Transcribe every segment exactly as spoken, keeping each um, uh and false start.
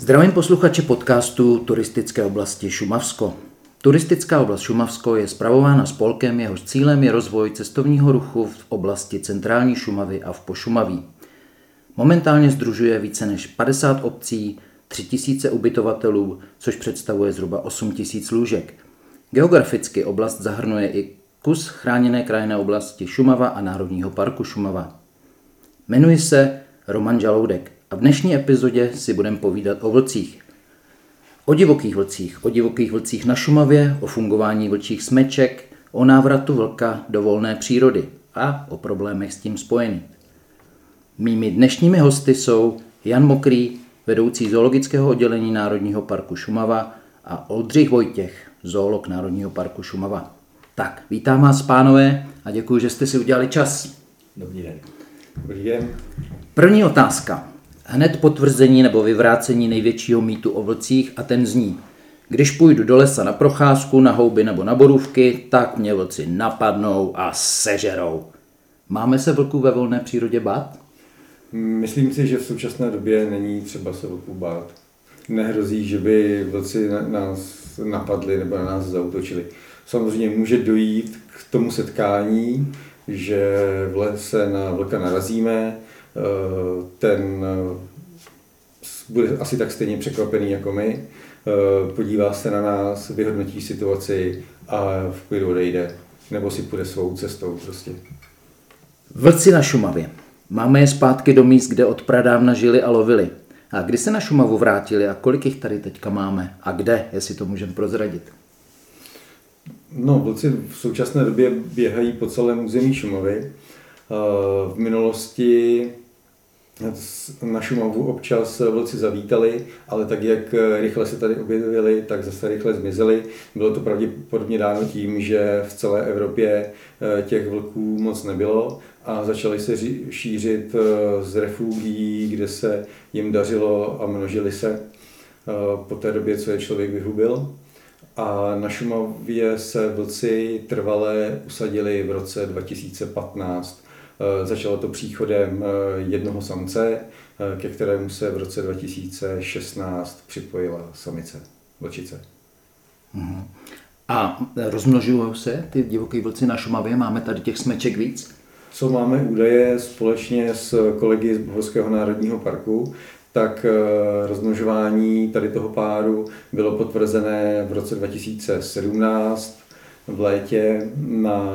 Zdravím posluchače podcastu Turistické oblasti Šumavsko. Turistická oblast Šumavsko je spravována spolkem, jehož cílem je rozvoj cestovního ruchu v oblasti centrální Šumavy a v Pošumaví. Momentálně sdružuje více než padesát obcí, tři tisíce ubytovatelů, což představuje zhruba osm tisíc lůžek. Geograficky oblast zahrnuje i kus chráněné krajinné oblasti Šumava a Národního parku Šumava. Jmenuji se Roman Žaloudek a v dnešní epizodě si budeme povídat o vlcích. O divokých vlcích, o divokých vlcích na Šumavě, o fungování vlčích smeček, o návratu vlka do volné přírody a o problémech s tím spojených. Mými dnešními hosty jsou Jan Mokrý, vedoucí zoologického oddělení Národního parku Šumava, a Oldřich Vojtěch, zoolog Národního parku Šumava. Tak, vítám vás, pánové, a děkuji, že jste si udělali čas. Dobrý den. Dobrý den. První otázka. Hned potvrzení nebo vyvrácení největšího mýtu o vlcích, a ten zní: když půjdu do lesa na procházku, na houby nebo na borůvky, tak mě vlci napadnou a sežerou. Máme se vlků ve volné přírodě bát? Myslím si, že v současné době není třeba se vlků bát. Nehrozí, že by vlci nás napadli nebo na nás zaútočili. Samozřejmě může dojít k tomu setkání, že v lese na vlka narazíme, ten bude asi tak stejně překvapený jako my, podívá se na nás, vyhodnotí situaci a v klidu odejde, nebo si půjde svou cestou prostě. Vlci na Šumavě. Máme je zpátky do míst, kde od pradávna žili a lovili. A kdy se na Šumavu vrátili a kolik jich tady teďka máme a kde, jestli to můžeme prozradit? No, vlci v současné době běhají po celém území Šumavy. V minulosti na Šumavu občas vlci zavítali, ale tak, jak rychle se tady objevili, tak zase rychle zmizeli. Bylo to pravděpodobně dáno tím, že v celé Evropě těch vlků moc nebylo a začaly se šířit z refugií, kde se jim dařilo a množili se po té době, co je člověk vyhubil. A na Šumavě se vlci trvale usadili v roce dva tisíce patnáct. Začalo to příchodem jednoho samce, ke kterému se v roce dva tisíce šestnáct připojila samice, vlčice. A rozmnožují se ty divoké vlci na Šumavě? Máme tady těch smeček víc? Co máme údaje společně s kolegy z Bohorského národního parku, tak rozmnožování tady toho páru bylo potvrzené v roce dva tisíce sedmnáct v létě na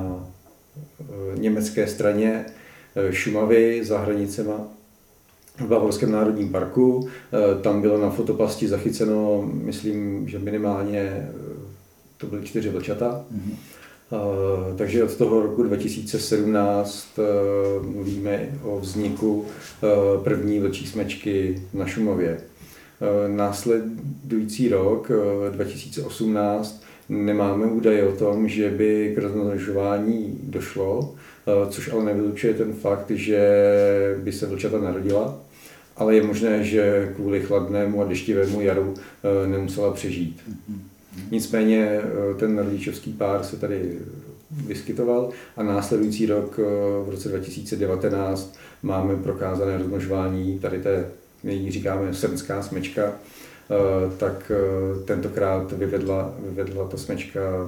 německé straně Šumavy za hranicema v Bohorském národním parku. Tam bylo na fotopasti zachyceno, myslím, že minimálně to byly čtyři vlčata. Mm-hmm. Takže od toho roku dva tisíce sedmnáct mluvíme o vzniku první vlčí smečky na Šumavě. Následující rok, dva tisíce osmnáct, nemáme údaje o tom, že by k rozmnožování došlo, což ale nevylučuje ten fakt, že by se vlčata narodila, ale je možné, že kvůli chladnému a deštivému jaru nemusela přežít. Nicméně ten rodičovský pár se tady vyskytoval a následující rok v roce dva tisíce devatenáct máme prokázané rozmnožování tady té, my jí říkáme srnská smečka, tak tentokrát vyvedla, vyvedla ta smečka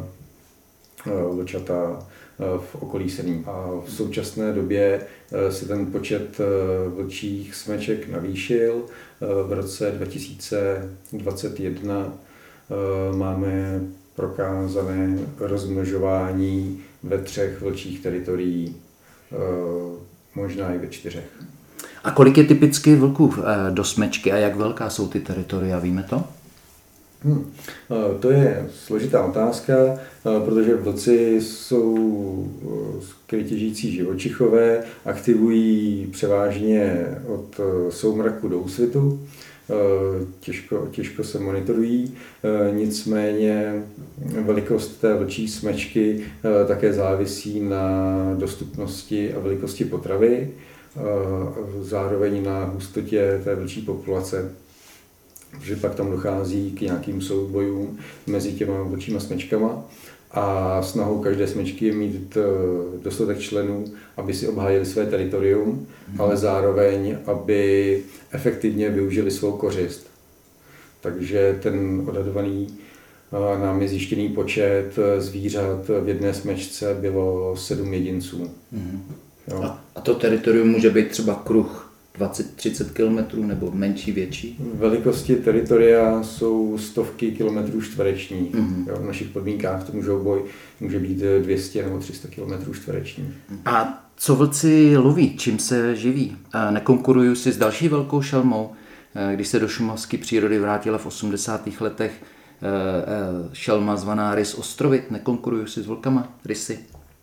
vlčata v okolí Srní. A v současné době se ten počet vlčích smeček navýšil. V roce dva tisíce dvacet jedna máme prokázané rozmnožování ve třech vlčích teritorií, možná i ve čtyřech. A kolik je typicky vlků do smečky a jak velká jsou ty teritoria, víme to? Hmm. To je složitá otázka, protože vlci jsou skrytě žijící živočichové, aktivují převážně od soumraku do úsvitu. Těžko, těžko se monitorují, nicméně velikost té vlčí smečky také závisí na dostupnosti a velikosti potravy, zároveň na hustotě té vlčí populace, protože pak tam dochází k nějakým soubojům mezi těma vlčíma smečkama a snahou každé smečky je mít dostatek členů, aby si obhájili své teritorium, mm. ale zároveň, aby efektivně využili svou kořist. takže ten odhadovaný námi zjištěný počet zvířat v jedné smečce bylo sedm jedinců. Mm. A, a to teritorium může být třeba kruh dvacet třicet kilometrů nebo menší, větší? Velikosti teritoria jsou stovky kilometrů čtverečních. Mm. V našich podmínkách to může, boj, může být dvě stě nebo tři sta kilometrů čtverečních. A co vlci loví? Čím se živí? Nekonkurují si s další velkou šelmou? Když se do šumavské přírody vrátila v osmdesátých letech šelma zvaná rys ostrovit, nekonkurují si s vlkama, rysy?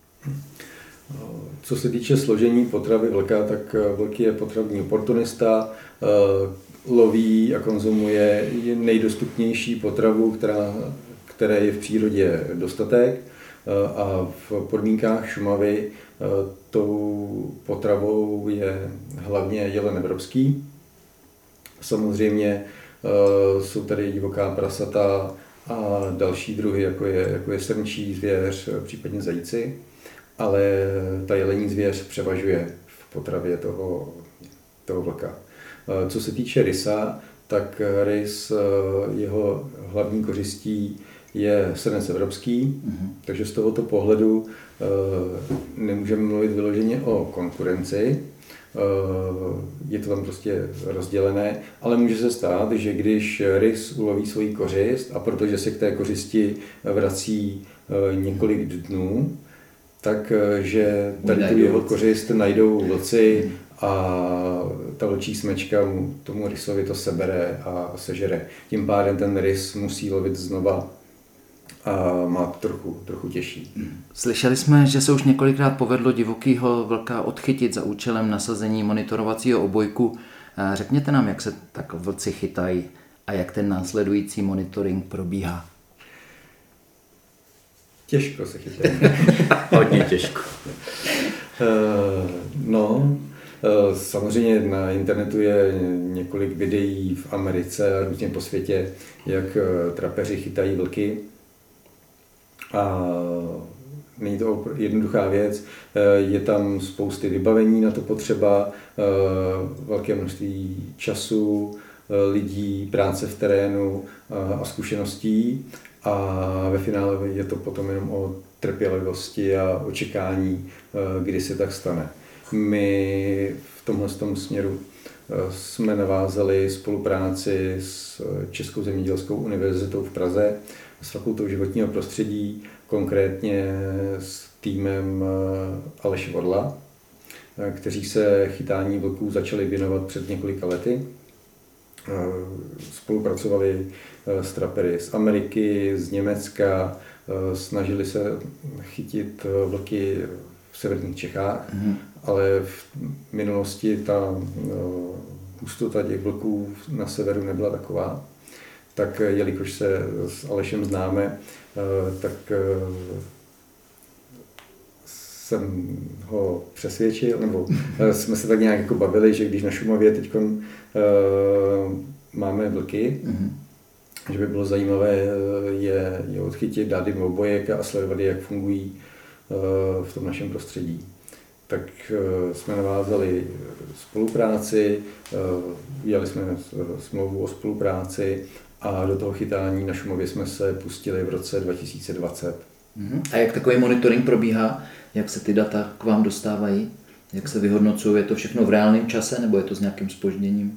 Co se týče složení potravy vlka, tak vlk je potravní oportunista, loví a konzumuje nejdostupnější potravu, která, které je v přírodě dostatek, a v podmínkách Šumavy tou potravou je hlavně jelen evropský. Samozřejmě jsou tady divoká prasata a další druhy, jako je, jako je srnčí zvěř, případně zajíci, ale ta jelení zvěř převažuje v potravě toho, toho vlka. Co se týče rysa, tak rys, jeho hlavní kořistí je srnec evropský, mm-hmm. takže z tohoto pohledu nemůžeme mluvit vyloženě o konkurenci. Je to tam prostě rozdělené, ale může se stát, že když rys uloví svoji kořist a protože se k té kořisti vrací několik dnů, takže tady tu jeho kořist najdou vlci a ta vlčí smečka mu, tomu rysovi to sebere a sežere. Tím pádem ten rys musí lovit znova a má to trochu, trochu těžší. Slyšeli jsme, že se už několikrát povedlo divokýho vlka odchytit za účelem nasazení monitorovacího obojku. Řekněte nám, jak se tak vlci chytají a jak ten následující monitoring probíhá. Těžko se chytají. Hodně těžko. No, samozřejmě na internetu je několik videí v Americe a různě po světě, jak trapeři chytají vlky. A není to jednoduchá věc, je tam spousty vybavení na to potřeba, velké množství času, lidí, práce v terénu a zkušeností. A ve finále je to potom jenom o trpělivosti a očekání, kdy se tak stane. My v tomhle tom směru jsme navázali spolupráci s Českou zemědělskou univerzitou v Praze, s Fakultou životního prostředí, konkrétně s týmem Aleše Vorla, kteří se chytání vlků začali věnovat před několika lety. Spolupracovali s trapery z Ameriky, z Německa, snažili se chytit vlky v severních Čechách, mm. ale v minulosti ta hustota těch vlků na severu nebyla taková. Tak jelikož se s Alešem známe, tak jsem ho přesvědčil, nebo jsme se tak nějak jako bavili, že když na Šumavě teď máme vlky, mm-hmm. že by bylo zajímavé je, je odchytit, dát jim obojek a sledovat, jak fungují v tom našem prostředí. Tak jsme navázali spolupráci, udělali jsme smlouvu o spolupráci a do toho chytání na Šumavě jsme se pustili v roce dva tisíce dvacet. A jak takový monitoring probíhá? Jak se ty data k vám dostávají? Jak se vyhodnocují? Je to všechno v reálném čase nebo je to s nějakým zpožděním?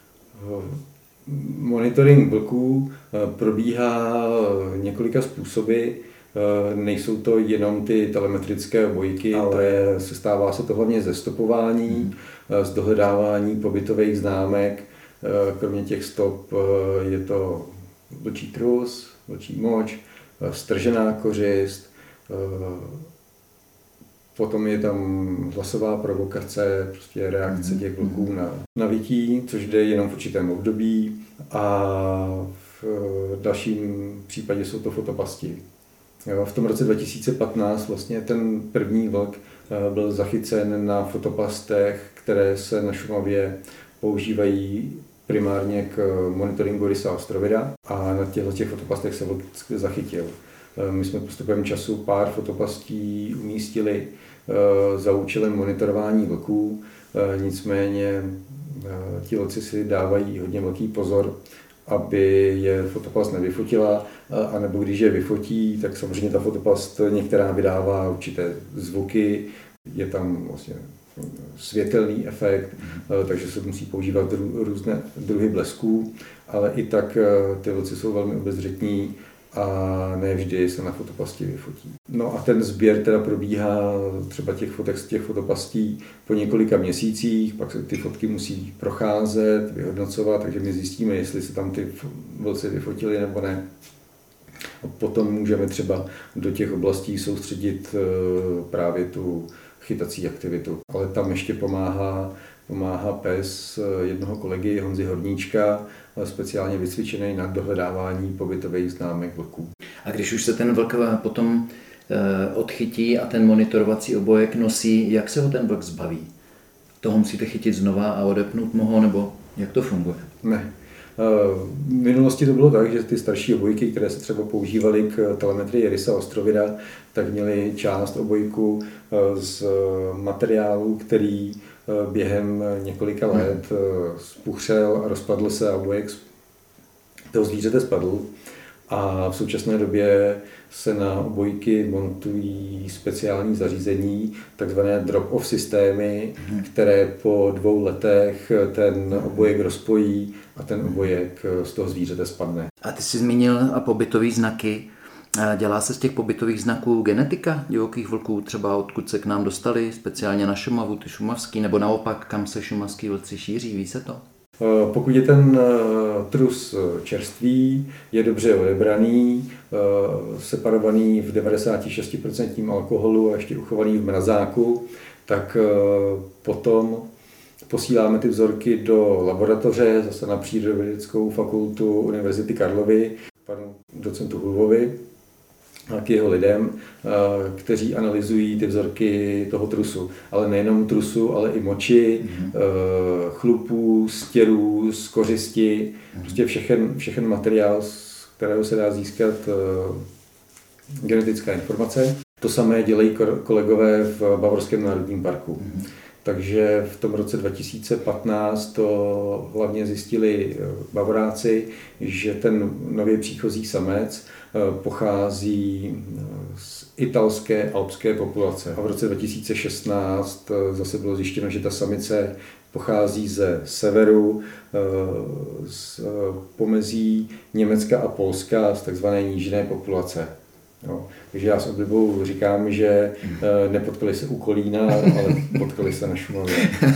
Monitoring vlků probíhá několika způsoby. Nejsou to jenom ty telemetrické obojky, ale sestává se to hlavně ze stopování, hmm. z dohledávání pobytových známek. Kromě těch stop je to vlčí trus, vlčí moč, stržená kořist, potom je tam hlasová provokace, prostě reakce těch vlků na navití, což jde jenom v určitém období, a v dalším případě jsou to fotopasti. Jo, v tom roce dva tisíce patnáct vlastně ten první vlk byl zachycen na fotopastech, které se na Šumavě používají primárně k monitoringu rysa ostrovida, a na těchto těch fotopastech se vlk zachytil. My jsme postupem času pár fotopastí umístili za účelem monitorování vlků, nicméně ti vlci si dávají hodně velký pozor aby je fotoplast nevyfotila, anebo když je vyfotí, tak samozřejmě ta fotoplast některá vydává určité zvuky, je tam vlastně světelný efekt, takže se musí používat různé druhy blesků, ale i tak ty vlci jsou velmi obezřetní a ne vždy se na fotoplasti vyfotí. No a ten sběr teda probíhá třeba těch fotek z těch fotopastí po několika měsících, pak se ty fotky musí procházet, vyhodnocovat, takže my zjistíme, jestli se tam ty vlci vyfotili nebo ne. A potom můžeme třeba do těch oblastí soustředit právě tu chytací aktivitu. Ale tam ještě pomáhá, pomáhá pes jednoho kolegy Honzy Horníčka, speciálně vycvičený na dohledávání pobytových známek vlků. A když už se ten vlk potom odchytí a ten monitorovací obojek nosí, jak se ho ten vlk zbaví? Toho musíte chytit znova a odepnout mu ho, nebo jak to funguje? Ne. V minulosti to bylo tak, že ty starší obojky, které se třeba používaly k telemetrii rysa ostrovida, tak měly část obojku z materiálu, který během několika let spuchřel a rozpadl se a obojek toho zvířete spadl. A v současné době se na obojky montují speciální zařízení, takzvané drop-off systémy, které po dvou letech ten obojek rozpojí a ten obojek z toho zvířete spadne. A ty jsi zmínil pobytový znaky. Dělá se z těch pobytových znaků genetika divokých vlků, třeba odkud se k nám dostali, speciálně na Šumavu, ty šumavský, nebo naopak, kam se šumavský vlci šíří, ví se to? Pokud je ten trus čerstvý, je dobře odebraný, separovaný v devadesát šest procent alkoholu a ještě uchovaný v mrazáku, tak potom posíláme ty vzorky do laboratoře, zase na Přírodovědeckou fakultu Univerzity Karlovy, panu docentu Hulvovi a k jeho lidem, kteří analyzují ty vzorky toho trusu. Ale nejenom trusu, ale i moči, mm-hmm. chlupů, stěrů, z kořisti, mm-hmm. prostě všechen, všechen materiál, z kterého se dá získat genetická informace. To samé dělají kolegové v Bavorském národním parku. Mm-hmm. Takže v tom roce dva tisíce patnáct to hlavně zjistili Bavoráci, že ten nově příchozí samec pochází z italské alpské populace. A v roce dva tisíce šestnáct zase bylo zjištěno, že ta samice pochází ze severu, z pomezí Německa a Polska, z takzvané nížiné populace. No, takže já s oblibou říkám, že nepotkali se u Kolína, ale potkali se na Šumavě.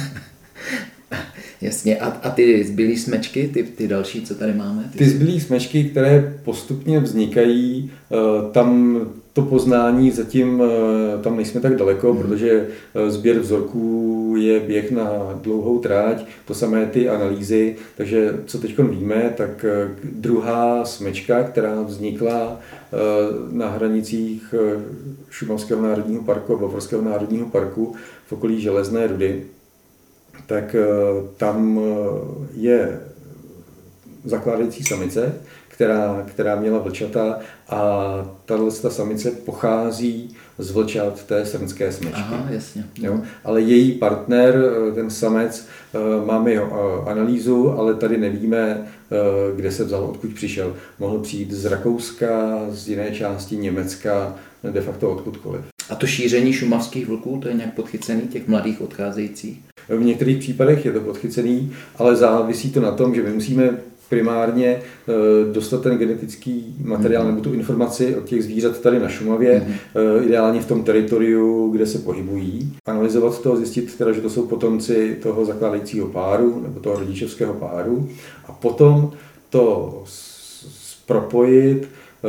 Jasně, a, a ty zbylý smečky, ty, ty další, co tady máme? Ty, ty zbylý smečky, které postupně vznikají, tam to poznání zatím, tam nejsme tak daleko, hmm. protože sběr vzorků je běh na dlouhou tráť, to samé ty analýzy, takže co teď víme, tak druhá smečka, která vznikla na hranicích Šumavského národního parku a Bavorského národního parku v okolí Železné Rudy, tak tam je zakládající samice, která, která měla vlčata a tato samice pochází z vlčat té srnské smečky. Aha, jasně. Jo? Ale její partner, ten samec, máme jeho analýzu, ale tady nevíme, kde se vzal, odkud přišel. Mohl přijít z Rakouska, z jiné části Německa, de facto odkudkoliv. A to šíření šumavských vlků, to je nějak podchycený, těch mladých odcházejících? V některých případech je to podchycený, ale závisí to na tom, že my musíme primárně dostat ten genetický materiál nebo tu informaci od těch zvířat tady na Šumavě, mm-hmm. ideálně v tom teritoriu, kde se pohybují. Analyzovat to, zjistit teda, že to jsou potomci toho zakládajícího páru nebo toho rodičovského páru a potom to propojit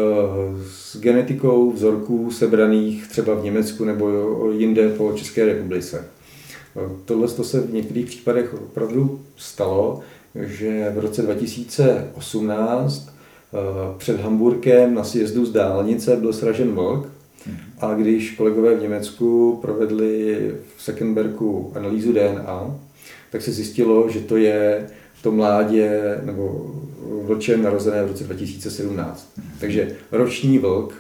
s genetikou vzorků sebraných třeba v Německu nebo jinde po České republice. Tohle se v některých případech opravdu stalo, že v roce dva tisíce osmnáct před Hamburkem na sjezdu z dálnice byl sražen vlk a když kolegové v Německu provedli v Seckenbergu analýzu D N A, tak se zjistilo, že to je to mládě nebo vlče narozené v roce dva tisíce sedmnáct. Takže roční vlk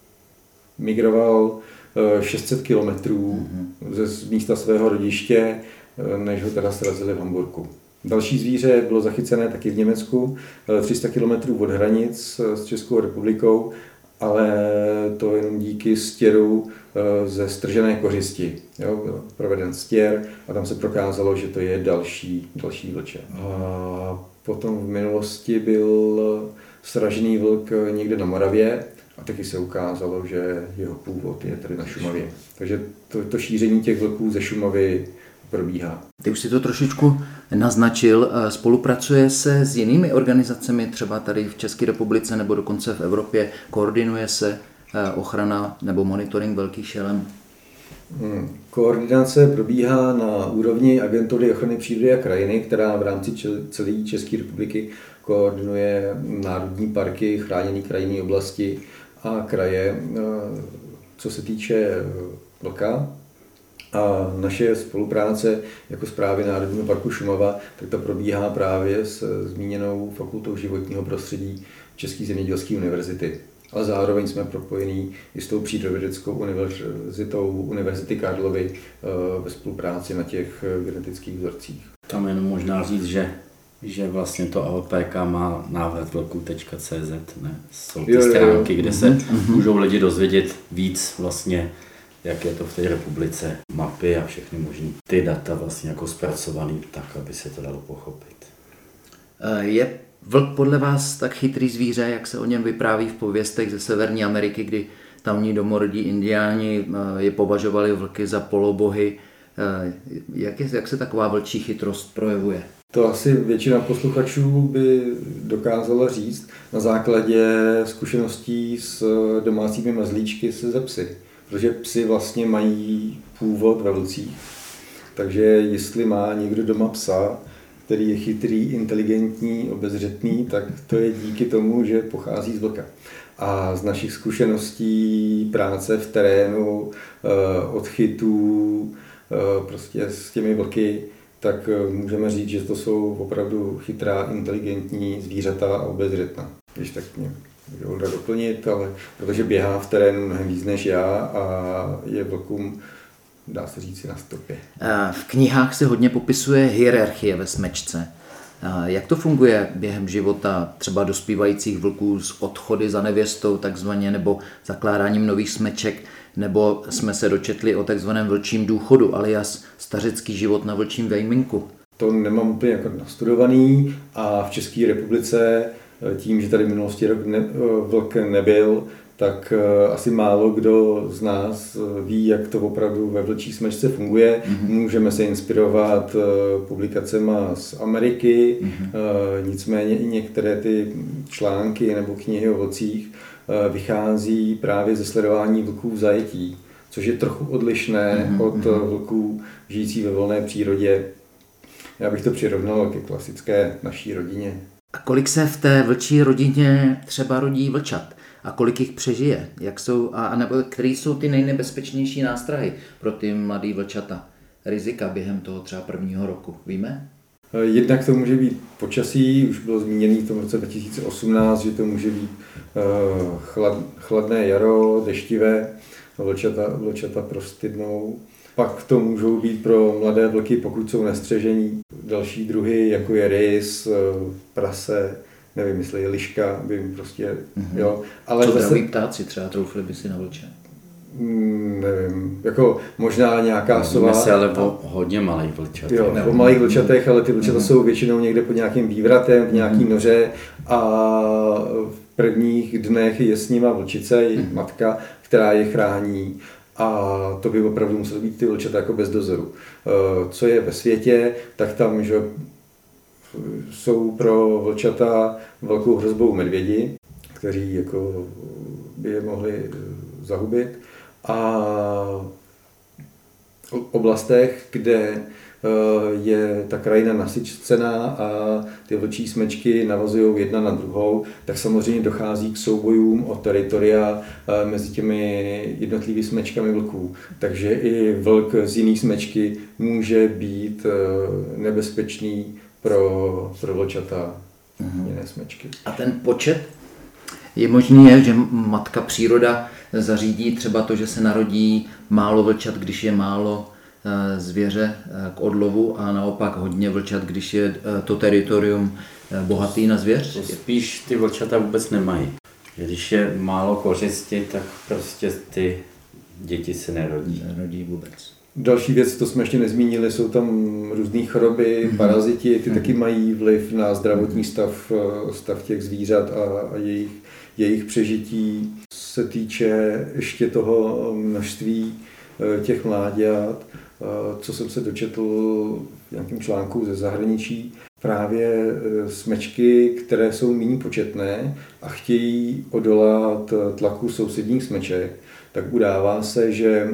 migroval šest set kilometrů ze místa svého rodiště, než ho teda srazili v Hamburku. Další zvíře bylo zachycené taky v Německu, tři sta kilometrů od hranic s Českou republikou, ale to jenom díky stěru ze stržené kořisti. Jo, byl proveden stěr a tam se prokázalo, že to je další, další vlče. A potom v minulosti byl sražený vlk někde na Moravě a taky se ukázalo, že jeho původ je tady na Šumavě. Takže to, to šíření těch vlků ze Šumavy probíhá. Ty už si to trošičku naznačil. Spolupracuje se s jinými organizacemi, třeba tady v České republice nebo dokonce v Evropě? Koordinuje se ochrana nebo monitoring velkých šelem? Hmm. Koordinace probíhá na úrovni Agentury ochrany přírody a krajiny, která v rámci celé České republiky koordinuje národní parky, chráněné krajinné oblasti a kraje, co se týče vlka. A naše spolupráce jako Správy Národního parku Šumava, tak to probíhá právě s zmíněnou Fakultou životního prostředí České zemědělské univerzity. Ale zároveň jsme propojení i s tou přírodovědeckou univerzitou Univerzity Karlovy ve spolupráci na těch genetických vzorcích. Tam jenom možná říct, že, že vlastně to A O P K má návrat vlků tečka cé zet, ne? Jsou ty jo, stránky, jo, jo. kde se mm-hmm. můžou lidi dozvědět víc vlastně, jak je to v té republice, mapy a všechny možný ty data vlastně jako zpracovaný tak, aby se to dalo pochopit. Je vlk podle vás tak chytrý zvíře, jak se o něm vypráví v pověstech ze Severní Ameriky, kdy tamní domorodí indiáni je považovali vlky za polobohy? Jak, je, jak se taková vlčí chytrost projevuje? To asi většina posluchačů by dokázala říct na základě zkušeností s domácími mazlíčky se ze psy. Protože psy vlastně mají původ ve vlcích. Takže jestli má někdo doma psa, který je chytrý, inteligentní, obezřetný, tak to je díky tomu, že pochází z vlka. A z našich zkušeností práce v terénu, odchytů, prostě s těmi vlky, tak můžeme říct, že to jsou opravdu chytrá, inteligentní zvířata a obezřetná. Když tak mě může Olda doplnit, ale protože běhá v terénu mnohem víc než já a je vlkům, dá se říct, na stopě. V knihách se hodně popisuje hierarchie ve smečce. Jak to funguje během života třeba dospívajících vlků s odchody za nevěstou takzvaně, nebo zakládáním nových smeček, nebo jsme se dočetli o takzvaném vlčím důchodu, alias stařecký život na vlčím vejminku? To nemám úplně jako nastudovaný a v České republice tím, že tady v minulosti rok ne, vlk nebyl, tak asi málo kdo z nás ví, jak to opravdu ve vlčí smečce funguje. Mm-hmm. Můžeme se inspirovat publikacema z Ameriky, mm-hmm. nicméně i některé ty články nebo knihy o vlcích vychází právě ze sledování vlků v zajetí, což je trochu odlišné mm-hmm. od vlků žijící ve volné přírodě. Já bych to přirovnal ke klasické naší rodině. A kolik se v té vlčí rodině třeba rodí vlčat? A kolik jich přežije? Jak jsou, a nebo které jsou ty nejnebezpečnější nástrahy pro ty mladé vlčata? Rizika během toho třeba prvního roku, víme? Jednak to může být počasí, už bylo zmíněné v tom roce dva tisíce osmnáct, že to může být chlad, chladné jaro, deštivé, vlčata, vlčata prostydnou. Pak to můžou být pro mladé vlky, pokud jsou nestřežení, další druhy, jako je rys, prase, nevím, jestli je liška, by jim prostě, mm-hmm. jo. Ale co zase draví ptáci třeba, troufli by si na vlče? Mm, nevím, jako možná nějaká sova. Mluvíme se ale o hodně malých vlčatech. Jo, o malých vlčatech, ale ty vlčata mm-hmm. jsou většinou někde pod nějakým vývratem, v nějaký mm-hmm. noře a v prvních dnech je s nima vlčice, je mm-hmm. matka, která je chrání. A to by opravdu muselo být ty vlčata jako bez dozoru. Co je ve světě, tak tam že jsou pro vlčata velkou hrozbou medvědi, kteří jako by je mohli zahubit. A v oblastech, kde je ta krajina nasycená a ty vlčí smečky navazují jedna na druhou, tak samozřejmě dochází k soubojům o teritoria mezi těmi jednotlivými smečkami vlků. Takže i vlk z jiný smečky může být nebezpečný pro, pro vlčata mm-hmm. jiné smečky. A ten počet? Je možné, že matka příroda zařídí třeba to, že se narodí málo vlčat, když je málo zvěře k odlovu a naopak hodně vlčat, když je to teritorium bohatý na zvěř? To spíš ty vlčata vůbec nemají. Když je málo kořisti, tak prostě ty děti se nerodí. Nerodí vůbec. Další věc, to jsme ještě nezmínili, jsou tam různé choroby, mm-hmm. paraziti, ty mm-hmm. taky mají vliv na zdravotní stav, stav těch zvířat a, a jejich, jejich přežití. Se týče ještě toho množství těch mláďat, co jsem se dočetl v nějakém článku ze zahraničí, právě smečky, které jsou méně početné a chtějí odolat tlaku sousedních smeček, tak udává se, že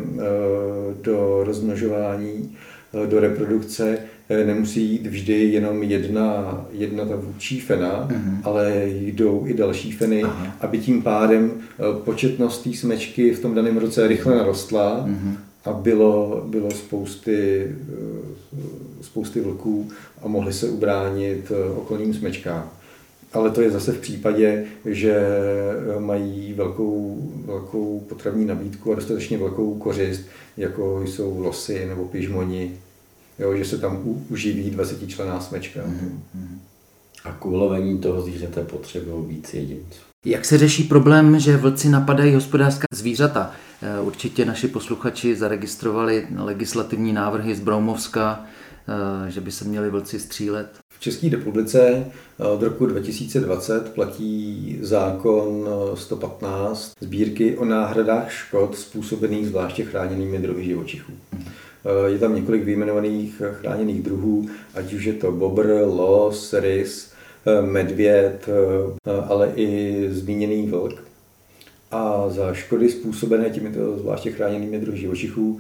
do rozmnožování, do reprodukce nemusí jít vždy jenom jedna, jedna ta vůdčí fena, uh-huh. ale jdou i další feny, uh-huh. aby tím pádem početnost té smečky v tom daném roce rychle narostla uh-huh. a bylo, bylo spousty, spousty vlků a mohli se ubránit okolním smečkám. Ale to je zase v případě, že mají velkou, velkou potravní nabídku a dostatečně velkou kořist, jako jsou losy nebo pižmoni, jo, že se tam u, uživí dvacetičlenná smečka. Mm-hmm. A k ulovení toho zvířete potřebují víc jedinců. Jak se řeší problém, že vlci napadají hospodářská zvířata? Určitě naši posluchači zaregistrovali legislativní návrhy z Broumovska, že by se měli vlci střílet. V České republice od roku dva tisíce dvacet platí zákon sto patnáct sbírky o náhradách škod způsobených zvláště chráněnými druhy živočichů. Je tam několik vyjmenovaných chráněných druhů, ať už je to bobr, los, rys, medvěd, ale i zmíněný vlk. A za škody způsobené těmito zvláště chráněnými druhy živočichů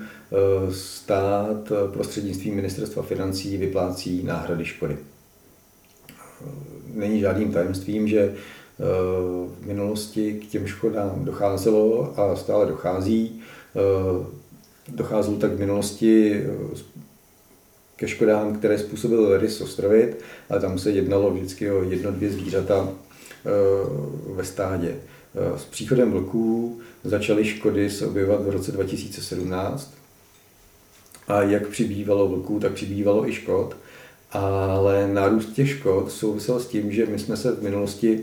stát prostřednictvím Ministerstva financí vyplácí náhrady škody. Není žádným tajemstvím, že v minulosti k těm škodám docházelo a stále dochází. Docházelo tak v minulosti ke škodám, které způsobil rys ostrovit, ale tam se jednalo vždycky o jedno, dvě zvířata ve stádě. S příchodem vlků začaly škody se objevovat v roce dva tisíce sedmnáct a jak přibývalo vlků, tak přibývalo i škod, ale nárůst těch škod souvisel s tím, že my jsme se v minulosti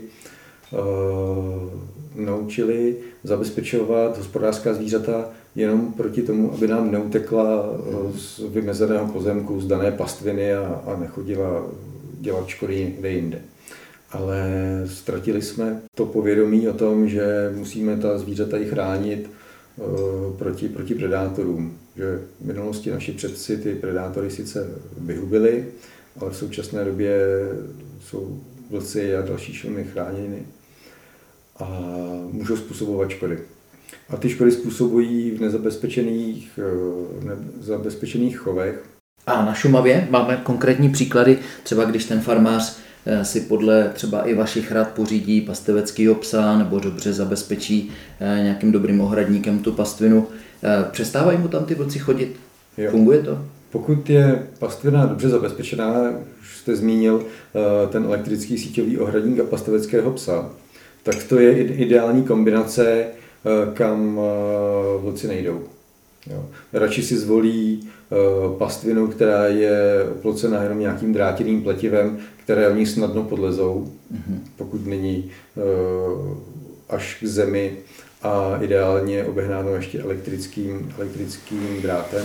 uh, naučili zabezpečovat hospodářská zvířata jenom proti tomu, aby nám neutekla z vymezeného pozemku, z dané pastviny a, a nechodila dělat škody někde jinde. Ale ztratili jsme to povědomí o tom, že musíme ta zvířata i chránit uh, proti, proti predátorům. Že v minulosti naši předci ty predátory sice vyhubili, ale v současné době jsou vlci a další šelmy chráněny a můžou způsobovat škody. A ty škody způsobují v nezabezpečených, nezabezpečených chovech. A na Šumavě máme konkrétní příklady, třeba když ten farmář si podle třeba i vašich rad pořídí pasteveckého psa nebo dobře zabezpečí nějakým dobrým ohradníkem tu pastvinu. Přestávají mu tam ty vlci chodit? Jo. Funguje to? Pokud je pastvina dobře zabezpečená, už jste zmínil ten elektrický síťový ohradník a pasteveckého psa, tak to je ideální kombinace, kam vlci nejdou. Jo. Radši si zvolí pastvinu, která je oplocená jenom nějakým drátěným pletivem, které oni snadno podlezou, mm-hmm. pokud není až k zemi a ideálně obehnáno ještě elektrickým, elektrickým drátem.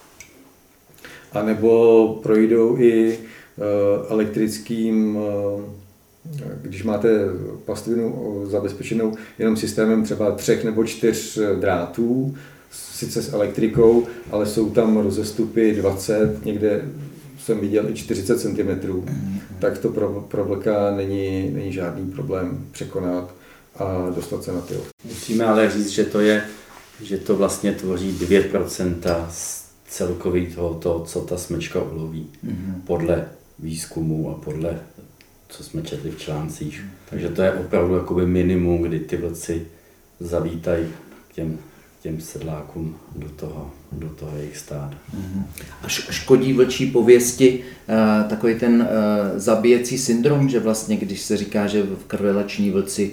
A nebo projdou i elektrickým, když máte pastvinu zabezpečenou jenom systémem třeba třech nebo čtyř drátů, sice s elektrikou, ale jsou tam rozestupy dvacet, někde jsem viděl i čtyřicet centimetrů, mm-hmm. tak to pro, pro vlka není, není žádný problém překonat a dostat se na ty. Musíme ale říct, že to je, že to vlastně tvoří dvě procenta z celkový toho, toho, co ta smečka uloví, mm-hmm. podle výzkumu a podle, co jsme četli v článcích. Mm-hmm. Takže to je opravdu jakoby minimum, kdy ty vlci zavítají k těm těm sedlákům do toho, do toho jejich stáda. A škodí vlčí pověsti takový ten zabíjecí syndrom, že vlastně, když se říká, že v krvelační vlci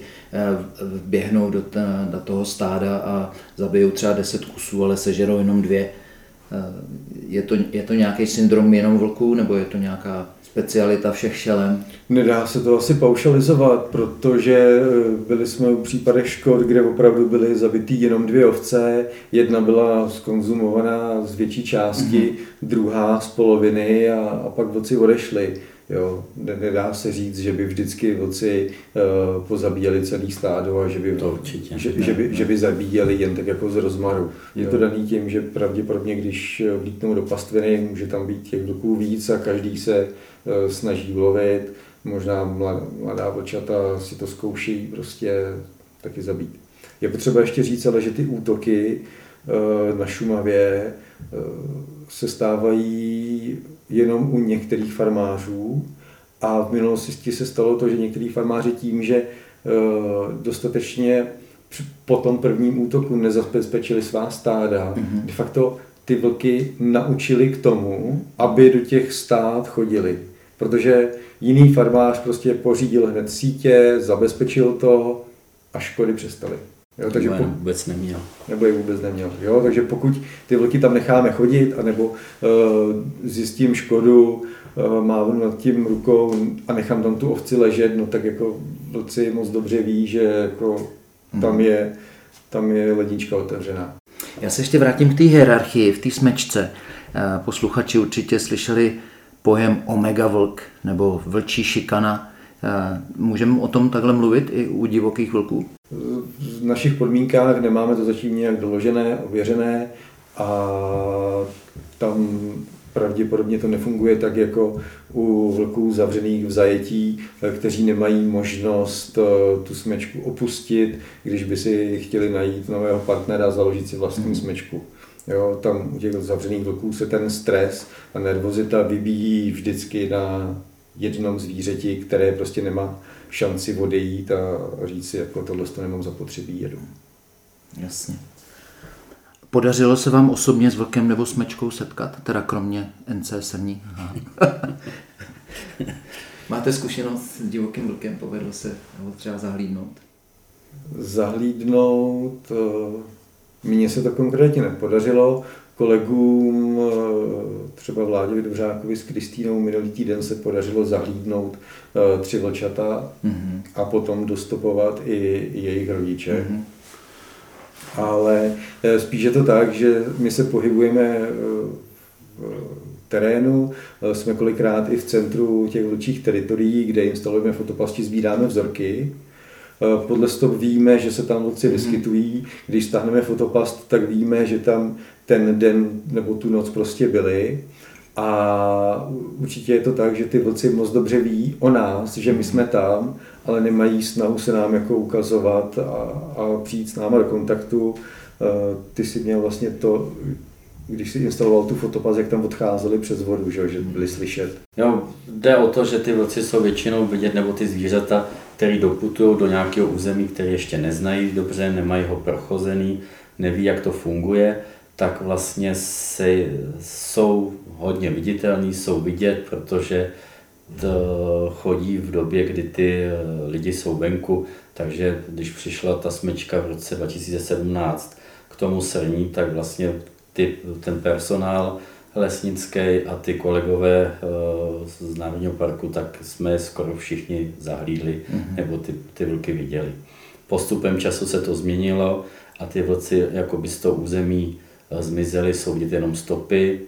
běhnou do, do toho stáda a zabijou třeba deset kusů, ale sežerou jenom dvě, Je to, je to nějaký syndrom jenom vlků, nebo je to nějaká specialita všech šelem? Nedá se to asi paušalizovat, protože byli jsme u případech škod, kde opravdu byly zabitý jenom dvě ovce. Jedna byla skonzumovaná z větší části, mm-hmm. druhá z poloviny a, a pak vlci odešli. Jo, nedá se říct, že by vždycky vlci uh, pozabíjeli celý stádo a že by, to určitě, že, ne, že, by, ne. že by zabíjeli jen tak jako z rozmaru. Je Jo. to daný tím, že pravděpodobně, když vlítnou do pastviny, může tam být těch vlků víc a každý se uh, snaží ulovit. Možná mladá, mladá vlčata si to zkouší prostě taky zabít. Je potřeba ještě říct, ale že ty útoky uh, na Šumavě uh, se stávají jenom u některých farmářů a v minulosti se stalo to, že některý farmáři tím, že dostatečně po tom prvním útoku nezabezpečili svá stáda, mm-hmm. de facto ty vlky naučili k tomu, aby do těch stád chodili. Protože jiný farmář prostě pořídil hned sítě, zabezpečil to a škody přestaly. Jo, takže nebo je po... vůbec neměl. Nebo je vůbec neměl. Jo, takže pokud ty vlky tam necháme chodit, anebo uh, zjistím škodu, uh, mávnu nad tím rukou a nechám tam tu ovci ležet, no tak jako vlci moc dobře ví, že jako tam je, tam je lednička otevřená. Já se ještě vrátím k té hierarchii, v té smečce. Posluchači určitě slyšeli pojem omega vlk nebo vlčí šikana. Můžeme o tom takhle mluvit i u divokých vlků? V našich podmínkách nemáme to zatím nějak doložené, ověřené a tam pravděpodobně to nefunguje tak jako u vlků zavřených v zajetí, kteří nemají možnost tu smečku opustit, když by si chtěli najít nového partnera a založit si vlastní smečku. Jo, tam u těch zavřených vlků se ten stres a nervozita vybíjí vždycky na jednom zvířeti, které prostě nemá šanci odejít a říct si, jako tohle to nemám zapotřebí, jedu. Jasně. Podařilo se vám osobně s vlkem nebo smečkou setkat? Teda kromě N C srní. Máte zkušenost s divokým vlkem? Povedlo se ho třeba zahlídnout? Zahlídnout? Mně se to konkrétně nepodařilo. Kolegům, třeba Vláďovi Dvořákovi s Kristýnou minulý týden se podařilo zahlídnout tři vlčata mm-hmm. a potom dostopovat i jejich rodiče. Mm-hmm. Ale spíš je to tak, že my se pohybujeme v terénu, jsme kolikrát i v centru těch vlčích teritorií, kde instalujeme fotopasti, sbíráme vzorky. Podle toho víme, že se tam vlci vyskytují. Když stáhneme fotopast, tak víme, že tam ten den nebo tu noc prostě byli. A určitě je to tak, že ty vlci moc dobře ví o nás, že my jsme tam, ale nemají snahu se nám jako ukazovat a, a přijít s náma do kontaktu. Ty si měl vlastně to, když si instaloval tu fotopast, jak tam odcházeli přes vodu, že, že byli slyšet. Jo, jde o to, že ty vlci jsou většinou vidět, nebo ty zvířata, které doputují do nějakého území, které ještě neznají dobře, nemají ho prochozený, neví, jak to funguje, tak vlastně se, jsou hodně viditelní, jsou vidět, protože chodí v době, kdy ty lidi jsou venku, takže když přišla ta smečka v roce dva tisíce sedmnáct k tomu srní, tak vlastně ty, ten personál lesnický a ty kolegové z Národního parku, tak jsme skoro všichni zahlídli, mm-hmm. nebo ty, ty vlky viděli. Postupem času se to změnilo a ty vlci jakoby z toho území zmizely, jsou vidět jenom stopy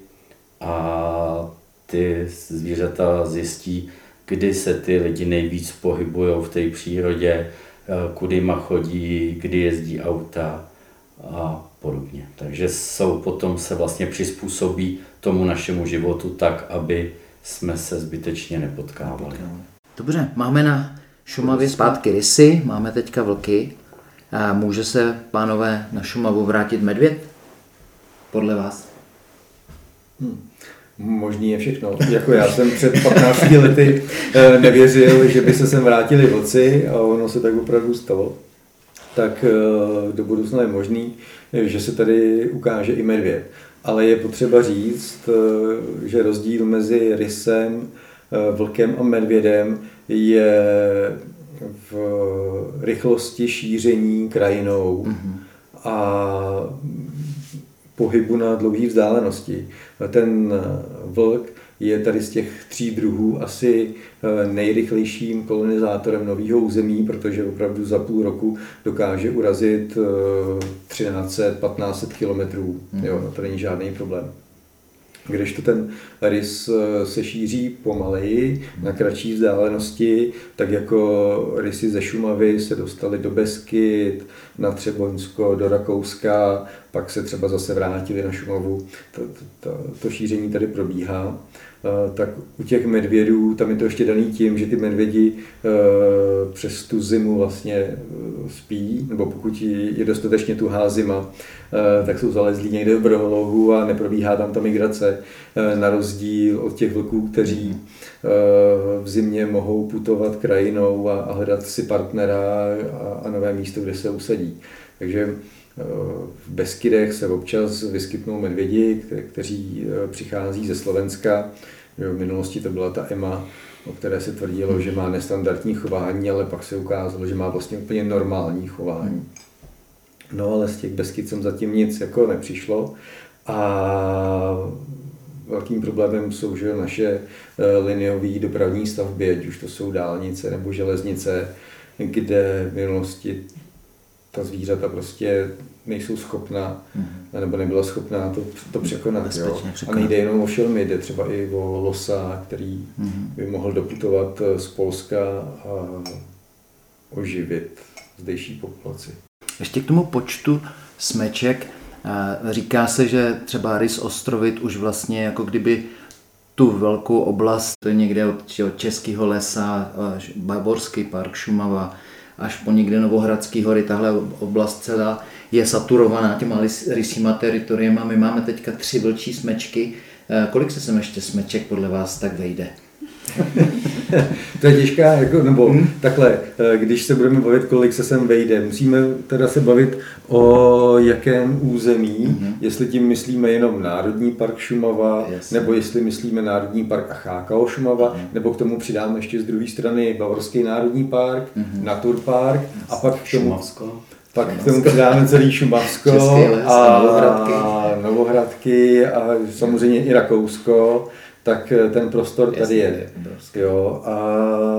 a ty zvířata zjistí, kdy se ty lidi nejvíc pohybují v té přírodě, kudyma chodí, kdy jezdí auta a podobně. Takže jsou, potom se vlastně přizpůsobí tomu našemu životu tak, aby jsme se zbytečně nepotkávali. Dobře, máme na Šumavě zpátky rysy, máme teďka vlky. A může se, pánové, na Šumavu vrátit medvěd? Podle vás? Hmm. Možný je všechno. Jako já jsem před patnácti lety nevěřil, že by se sem vrátili vlci a ono se tak opravdu stalo. Tak do budoucna je možný, že se tady ukáže i medvěd. Ale je potřeba říct, že rozdíl mezi rysem, vlkem a medvědem je v rychlosti šíření krajinou. Mm-hmm. A pohybu na dlouhé vzdálenosti. Ten vlk je tady z těch tří druhů asi nejrychlejším kolonizátorem nového území, protože opravdu za půl roku dokáže urazit třináct set patnáct set kilometrů. Jo, to není žádný problém. Kdežto ten rys se šíří pomaleji, na kratší vzdálenosti, tak jako rysy ze Šumavy se dostaly do Beskyd, na Třeboňsko, do Rakouska, pak se třeba zase vrátili na Šumavu. To, to, to šíření tady probíhá. Tak u těch medvědů, tam je to ještě daný tím, že ty medvědi přes tu zimu vlastně spí, nebo pokud je dostatečně tuhá zima, tak jsou zalezlí někde v brholohu a neprobíhá tam ta migrace, na rozdíl od těch vlků, kteří v zimě mohou putovat krajinou a hledat si partnera a nové místo, kde se usadí. Takže v Beskydech se občas vyskytnou medvědi, kteří přichází ze Slovenska. V minulosti to byla ta Ema, o které se tvrdilo, že má nestandardní chování, ale pak se ukázalo, že má vlastně úplně normální chování. No ale z těch Beskyd jsem zatím nic jako nepřišlo a velkým problémem jsou že naše liniové dopravní stavby, ať už to jsou dálnice nebo železnice, kde v minulosti ta zvířata prostě nejsou schopná, mm. nebo nebyla schopná to, to překonat. Jo. A nejde jenom o šelmy, jde třeba i o losa, který mm. by mohl doputovat z Polska a oživit zdejší populaci. Ještě k tomu počtu smeček. Říká se, že třeba rys Ostrovit už vlastně jako kdyby tu velkou oblast, to je někde od, od Českého lesa, Bavorský park, Šumava, až po někde Novohradský hory, tahle oblast celá je saturovaná těma rysíma teritoriema. My máme teďka tři vlčí smečky. Kolik se sem ještě smeček podle vás tak vejde? To je těžká, jako, nebo hmm. takhle, když se budeme bavit, kolik se sem vejde, musíme teda se bavit o jakém území, hmm. jestli tím myslíme jenom Národní park Šumava, yes. nebo jestli myslíme Národní park a H K O Šumava, hmm. nebo k tomu přidáme ještě z druhé strany Bavorský národní park, hmm. Naturpark yes. a pak k tomu, Šumavsko. Pak k tomu přidáme celý Šumavsko a Novohradky. Novohradky a samozřejmě i Rakousko. Tak ten prostor tady je. Jo, a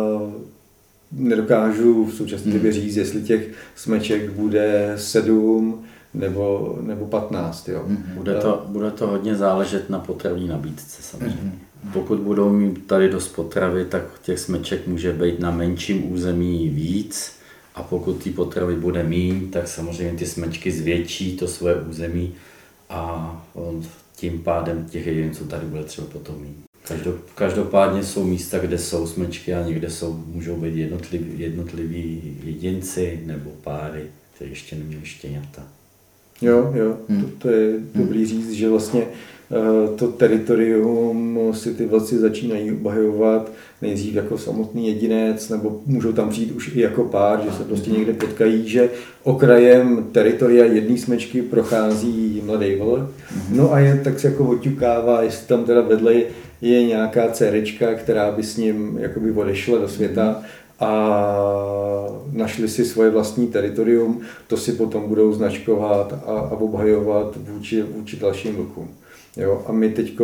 nedokážu v současné době říct, jestli těch smeček bude sedm nebo, nebo patnáct. Jo. Bude, to, bude to hodně záležet na potravní nabídce samozřejmě. Pokud budou mít tady dost potravy, tak těch smeček může být na menším území víc. A pokud ty potravy bude míň, tak samozřejmě ty smečky zvětší to svoje území a tím pádem těch jedinců tady bude třeba potom mít. Každopádně jsou místa, kde jsou smečky a někde jsou, můžou být jednotliví, jednotliví jedinci nebo páry, které ještě neměly štěňata. Jo, jo, hmm. to, to je dobrý říct, že vlastně to teritorium si ty vlci začínají obhajovat nejdřív jako samotný jedinec, nebo můžou tam přijít už i jako pár, že se prostě někde potkají, že okrajem teritoria jedné smečky prochází mladý vlk, no a je tak se jako oťukává, jestli tam teda vedle je nějaká dcerečka, která by s ním jakoby odešla do světa a našli si svoje vlastní teritorium, to si potom budou značkovat a, a obhajovat vůči, vůči dalším vlkům. Jo, a my teď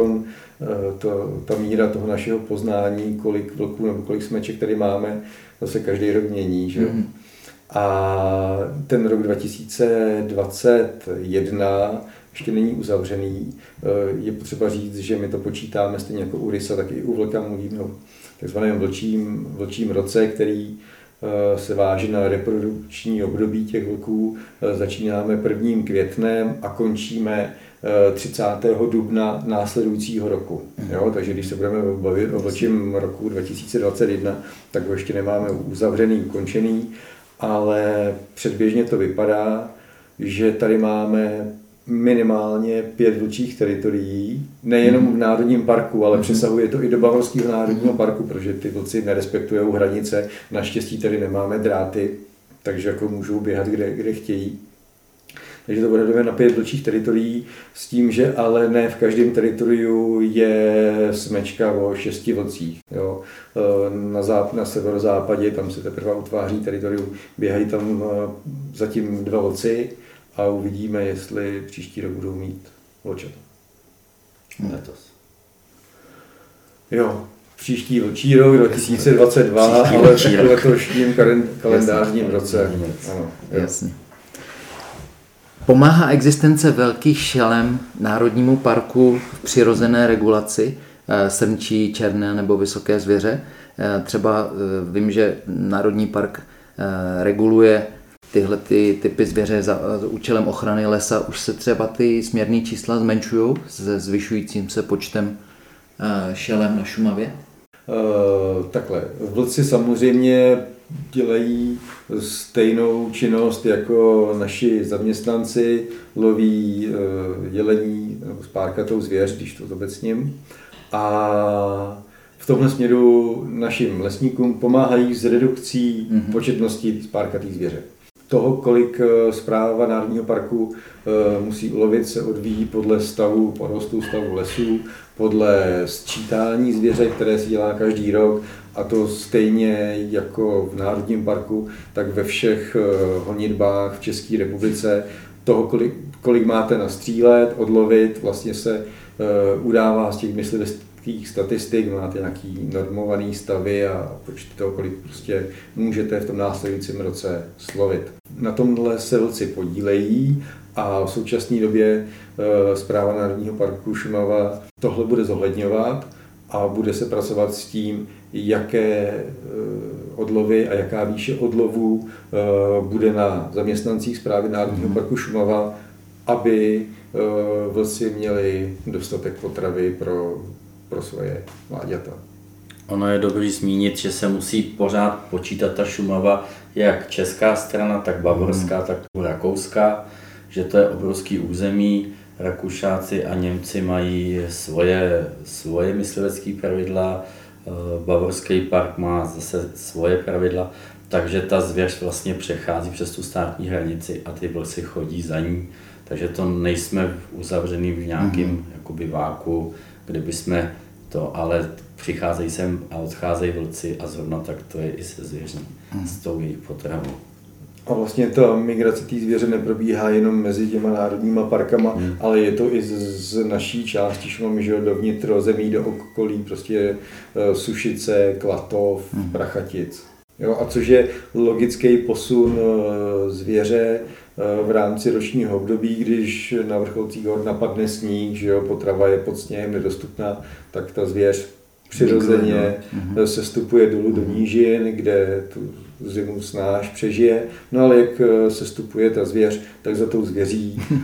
ta míra toho našeho poznání, kolik vlků nebo kolik smeček tady máme, to se každý rok mění. Že? Mm. A ten rok dva tisíce dvacet jedna ještě není uzavřený. Je potřeba říct, že my to počítáme stejně jako u rysa, tak i u vlka mluvíme o takzvaném vlčím, vlčím roce, který se váží na reprodukční období těch vlků. Začínáme prvním květnem a končíme třicátého dubna následujícího roku. Jo? Takže když se budeme bavit o vlčím roku dva tisíce dvacet jedna, tak ho ještě nemáme uzavřený, ukončený, ale předběžně to vypadá, že tady máme minimálně pět vlčích teritorií, nejenom v Národním parku, ale přesahuje to i do Bavorského národního parku, protože ty vlci nerespektují hranice. Naštěstí tady nemáme dráty, takže jako můžou běhat kde, kde chtějí. Takže to bude na pět vlčích teritorií s tím, že ale ne v každém teritoriu je smečka o šesti vlcích. Jo. Na, záp- na severozápadě, tam se teprve utváří teritorium, běhají tam zatím dva vlci a uvidíme, jestli příští rok budou mít vlčata. Letos. Jo, příští vlčí rok dva tisíce dvacet dva, příští ale v letošním kalendářním roce. Ano, jasně. Pomáhá existence velkých šelem Národnímu parku v přirozené regulaci srnčí, černé nebo vysoké zvěře? Třeba vím, že Národní park reguluje tyhle ty typy zvěře za, za účelem ochrany lesa. Už se třeba ty směrné čísla zmenšují se zvyšujícím se počtem šelem na Šumavě? Uh, takhle. Vlci samozřejmě dělají stejnou činnost jako naši zaměstnanci, loví uh, jelení nebo spárkatou zvěř, když to zobecním. A v tomhle směru našim lesníkům pomáhají s redukcí mm-hmm. početnosti spárkatých zvěře. Toho, kolik správa Národního parku uh, musí ulovit, se odvíjí podle stavu porostu, stavu lesů, podle sčítání zvěře, které se dělá každý rok, a to stejně jako v Národním parku, tak ve všech uh, honitbách v České republice. Toho, kolik, kolik máte nastřílet, odlovit, vlastně se uh, udává z těch mysliveckých statistik, máte nějaký normovaný stavy a počty toho, kolik prostě můžete v tom následujícím roce slovit. Na tomhle se vlci podílejí a v současné době e, Správa Národního parku Šumava tohle bude zohledňovat a bude se pracovat s tím, jaké e, odlovy a jaká výše odlovů e, bude na zaměstnancích Správy Národního parku Šumava, aby e, vlci měli dostatek potravy pro, pro svoje mláďata. Ono je dobré zmínit, že se musí pořád počítat ta Šumava, jak česká strana, tak bavorská, tak rakouská, že to je obrovský území. Rakušáci a Němci mají svoje, svoje myslivecké pravidla, bavorský park má zase svoje pravidla, takže ta zvěř vlastně přechází přes tu státní hranici a ty vlci chodí za ní. Takže to nejsme uzavřený v nějakém mm-hmm. jakoby váku, kde bychom to, ale přicházejí sem a odcházejí vlci a zrovna tak to je i se zvěří, mm. s tou jejich potravou. A vlastně ta migrace té zvěře neprobíhá jenom mezi těma národníma parkama, mm. ale je to i z, z naší části Šumavy, že do vnitrozemí, do okolí, prostě uh, Sušice, Klatov, mm. Prachatic. Jo, a což je logický posun uh, zvěře uh, v rámci ročního období, když na vrcholcích hor napadne sníh, že jo, potrava je pod sněhem nedostupná, tak ta zvěř přirozeně mm. sestupuje dolů do nížin, kde tu zimu snáš přežije. No ale jak sestupuje ta zvěř, tak za tou zvěří uh,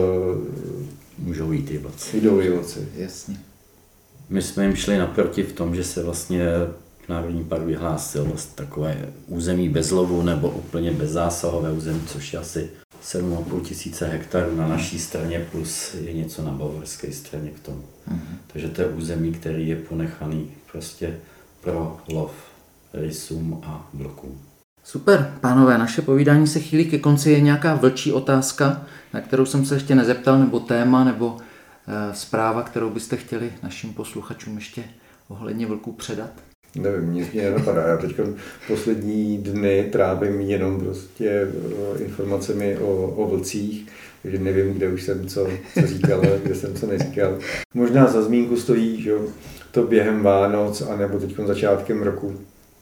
můžou jít i vlci. Jdou i vlci. Jasně. My jsme jim šli naproti v tom, že se vlastně Národní park vyhlásil vlastně takové území bez lovu nebo úplně bezzásahové území, což je asi sedm a půl tisíce hektarů na naší straně, plus je něco na bavorské straně k tomu. Mm-hmm. Takže to je území, který je ponechaný prostě pro lov rysům a vlkům. Super, pánové, naše povídání se chýlí ke konci. Je nějaká vlčí otázka, na kterou jsem se ještě nezeptal, nebo téma, nebo e, zpráva, kterou byste chtěli našim posluchačům ještě ohledně vlků předat? Nevím, nic mě nenapadá. Já teď poslední dny trávím jenom prostě informacemi o, o vlcích, takže nevím, kde už jsem co, co říkal, kde jsem co neříkal. Možná za zmínku stojí, že to během Vánoc, anebo teď začátkem roku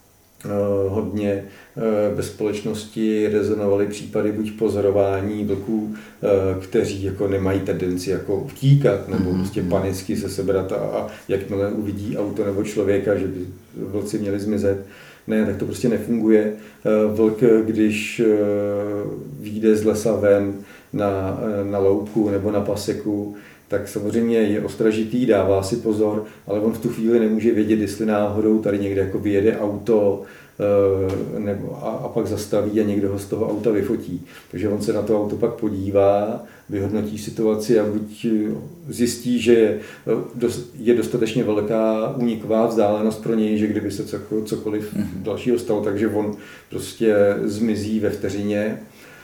hodně ve společnosti rezonovaly případy buď pozorování vlků, kteří jako nemají tendenci jako utíkat nebo prostě panicky se sebrat a, a jakmile uvidí auto nebo člověka, že by vlci měli zmizet. Ne, tak to prostě nefunguje. Vlk, když vyjde z lesa ven na, na louku nebo na paseku, tak samozřejmě je ostražitý, dává si pozor, ale on v tu chvíli nemůže vědět, jestli náhodou tady někde jako vyjede auto nebo a, a pak zastaví a někdo ho z toho auta vyfotí. Takže on se na to auto pak podívá, vyhodnotí situaci a buď zjistí, že je dostatečně velká úniková vzdálenost pro něj, že kdyby se cokoliv dalšího stalo, takže on prostě zmizí ve vteřině.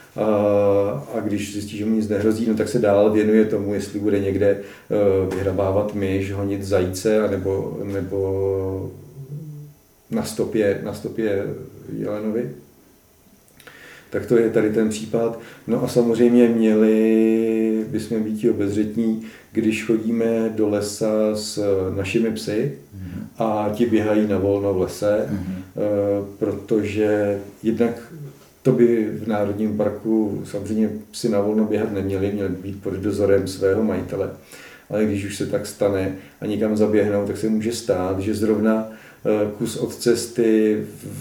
A když zjistí, že mu nic nehrozí, no tak se dál věnuje tomu, jestli bude někde vyhrabávat myš, honit zajíce, anebo, nebo na stopě, na stopě jelenovi. tak to je tady ten případ. No a samozřejmě měli bychom být obezřetní, když chodíme do lesa s našimi psy a ti běhají na volno v lese, mm-hmm. protože jednak to by v Národním parku samozřejmě psi na volno běhat neměli, měli být pod dozorem svého majitele. Ale když už se tak stane a někam zaběhnou, tak se může stát, že zrovna kus od cesty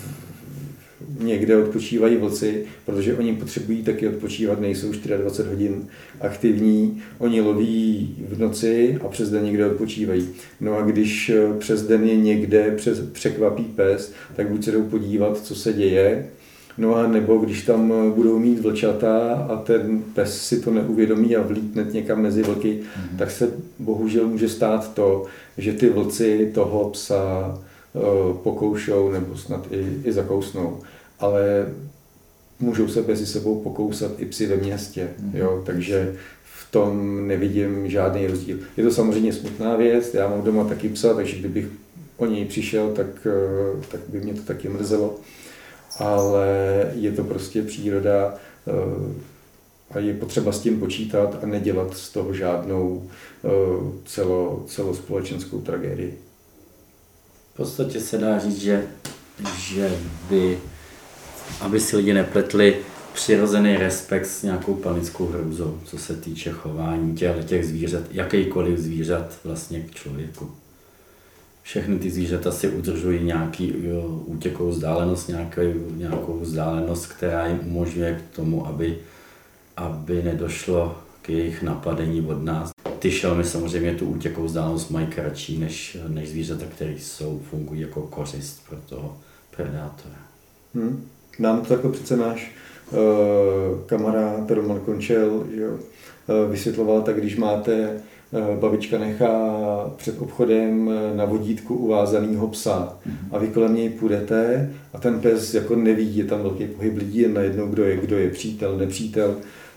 někde odpočívají vlci, protože oni potřebují taky odpočívat, nejsou dvacet čtyři hodin aktivní, oni loví v noci a přes den někde odpočívají. No a když přes den je někde přes, překvapí pes, tak buď se jdou podívat, co se děje, no a nebo když tam budou mít vlčata a ten pes si to neuvědomí a vlítne někam mezi vlky, mm-hmm. tak se bohužel může stát to, že ty vlci toho psa uh, pokoušou nebo snad i, i zakousnou. Ale můžou se mezi sebou pokousat i psi ve městě, mm-hmm. jo? Takže v tom nevidím žádný rozdíl. Je to samozřejmě smutná věc, já mám doma taky psa, takže kdybych o něj přišel, tak, uh, tak by mě to taky mrzelo. Ale je to prostě příroda a je potřeba s tím počítat a nedělat z toho žádnou celo, celospolečenskou tragédii. V podstatě se dá říct, že, že by, aby si lidi nepletli přirozený respekt s nějakou panickou hrůzou, co se týče chování těch, těch zvířat, jakýkoliv zvířat vlastně k člověku. Všechny ty zvířata si udržují nějaký jo, útěkovou vzdálenost, nějakou, nějakou vzdálenost, která jim umožňuje k tomu, aby, aby nedošlo k jejich napadení od nás. Ty šelmy samozřejmě tu útěkovou vzdálenost mají kratší než, než zvířata, které jsou, fungují jako kořist pro toho predátora. Hmm. Nám to jako přece náš uh, kamarád Roman Končel jo, uh, vysvětloval, tak když máte babička nechá před obchodem na vodítku uvázanýho psa a vy kolem něj půjdete a ten pes jako neví, je tam velký pohyb lidí, jen najednou kdo je, kdo je přítel, nepřítel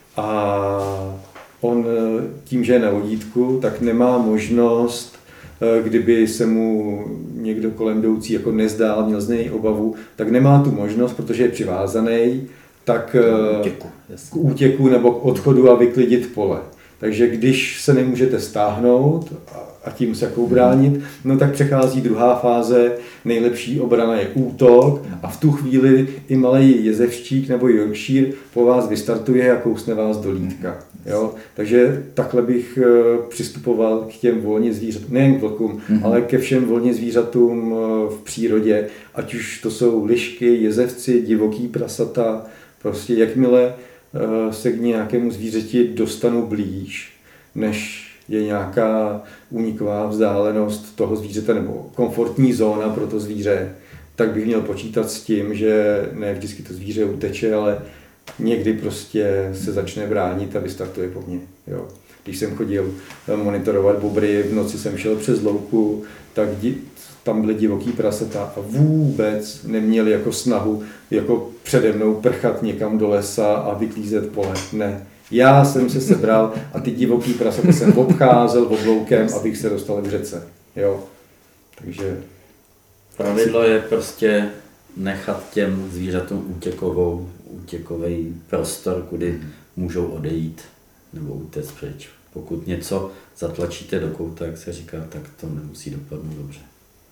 a on tím, že je na vodítku, tak nemá možnost, kdyby se mu někdo kolem jdoucí jako nezdál, měl z něj obavu, tak nemá tu možnost, protože je přivázaný, tak k útěku, k útěku nebo k odchodu a vyklidit pole. Takže když se nemůžete stáhnout a tím se jako bránit, no tak přechází druhá fáze, nejlepší obrana je útok a v tu chvíli i malý jezevštík nebo Yorkshire po vás vystartuje a kousne vás do lítka. Jo? Takže takhle bych přistupoval k těm volně zvířatům, nejen k vlkům, mm-hmm. ale ke všem volně zvířatům v přírodě, ať už to jsou lišky, jezevci, divoký prasata, prostě jakmile se k nějakému zvířeti dostanu blíž, než je nějaká úniková vzdálenost toho zvířete nebo komfortní zóna pro to zvíře, tak bych měl počítat s tím, že ne vždycky to zvíře uteče, ale někdy prostě se začne bránit a vystartuje po mně. Jo. Když jsem chodil monitorovat bobry, v noci jsem šel přes louku, tak tam byly divoký prasata a vůbec neměli jako snahu jako přede mnou prchat někam do lesa a vyklízet pole. Ne. Já jsem se sebral a ty divoký prasata jsem obcházel obloukem, abych se dostal k řece. Jo. Takže pravidlo je prostě nechat těm zvířatům útěkovou, útěkový prostor, kudy můžou odejít nebo utéct pryč. Pokud něco zatlačíte do kouta, jak se říká, tak to nemusí dopadnout dobře.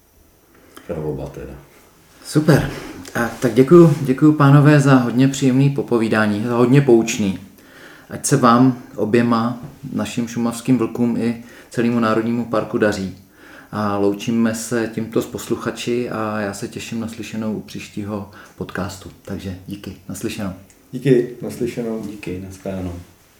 Pro oba teda. Super. A tak děkuju, děkuju pánové za hodně příjemný popovídání, za hodně poučný. Ať se vám oběma, našim šumavským vlkům i celému Národnímu parku daří. A loučíme se tímto s posluchači a já se těším na slyšenou u příštího podcastu. Takže díky, naslyšenou. Díky, naslyšenou. Díky, nashledanou.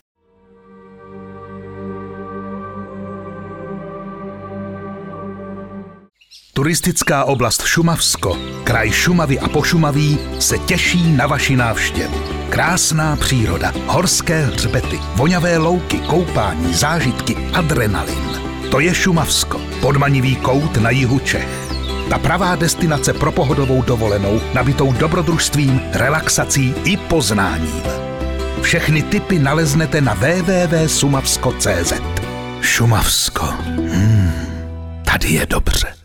Turistická oblast Šumavsko, kraj Šumavy a Pošumaví se těší na vaši návštěvu. Krásná příroda, horské hřbety, voňavé louky, koupání, zážitky, adrenalin. To je Šumavsko, podmanivý kout na jihu Čech. Ta pravá destinace pro pohodovou dovolenou, nabitou dobrodružstvím, relaxací i poznáním. Všechny tipy naleznete na w w w tečka sumavsko tečka cz. Šumavsko. Hmm, tady je dobře.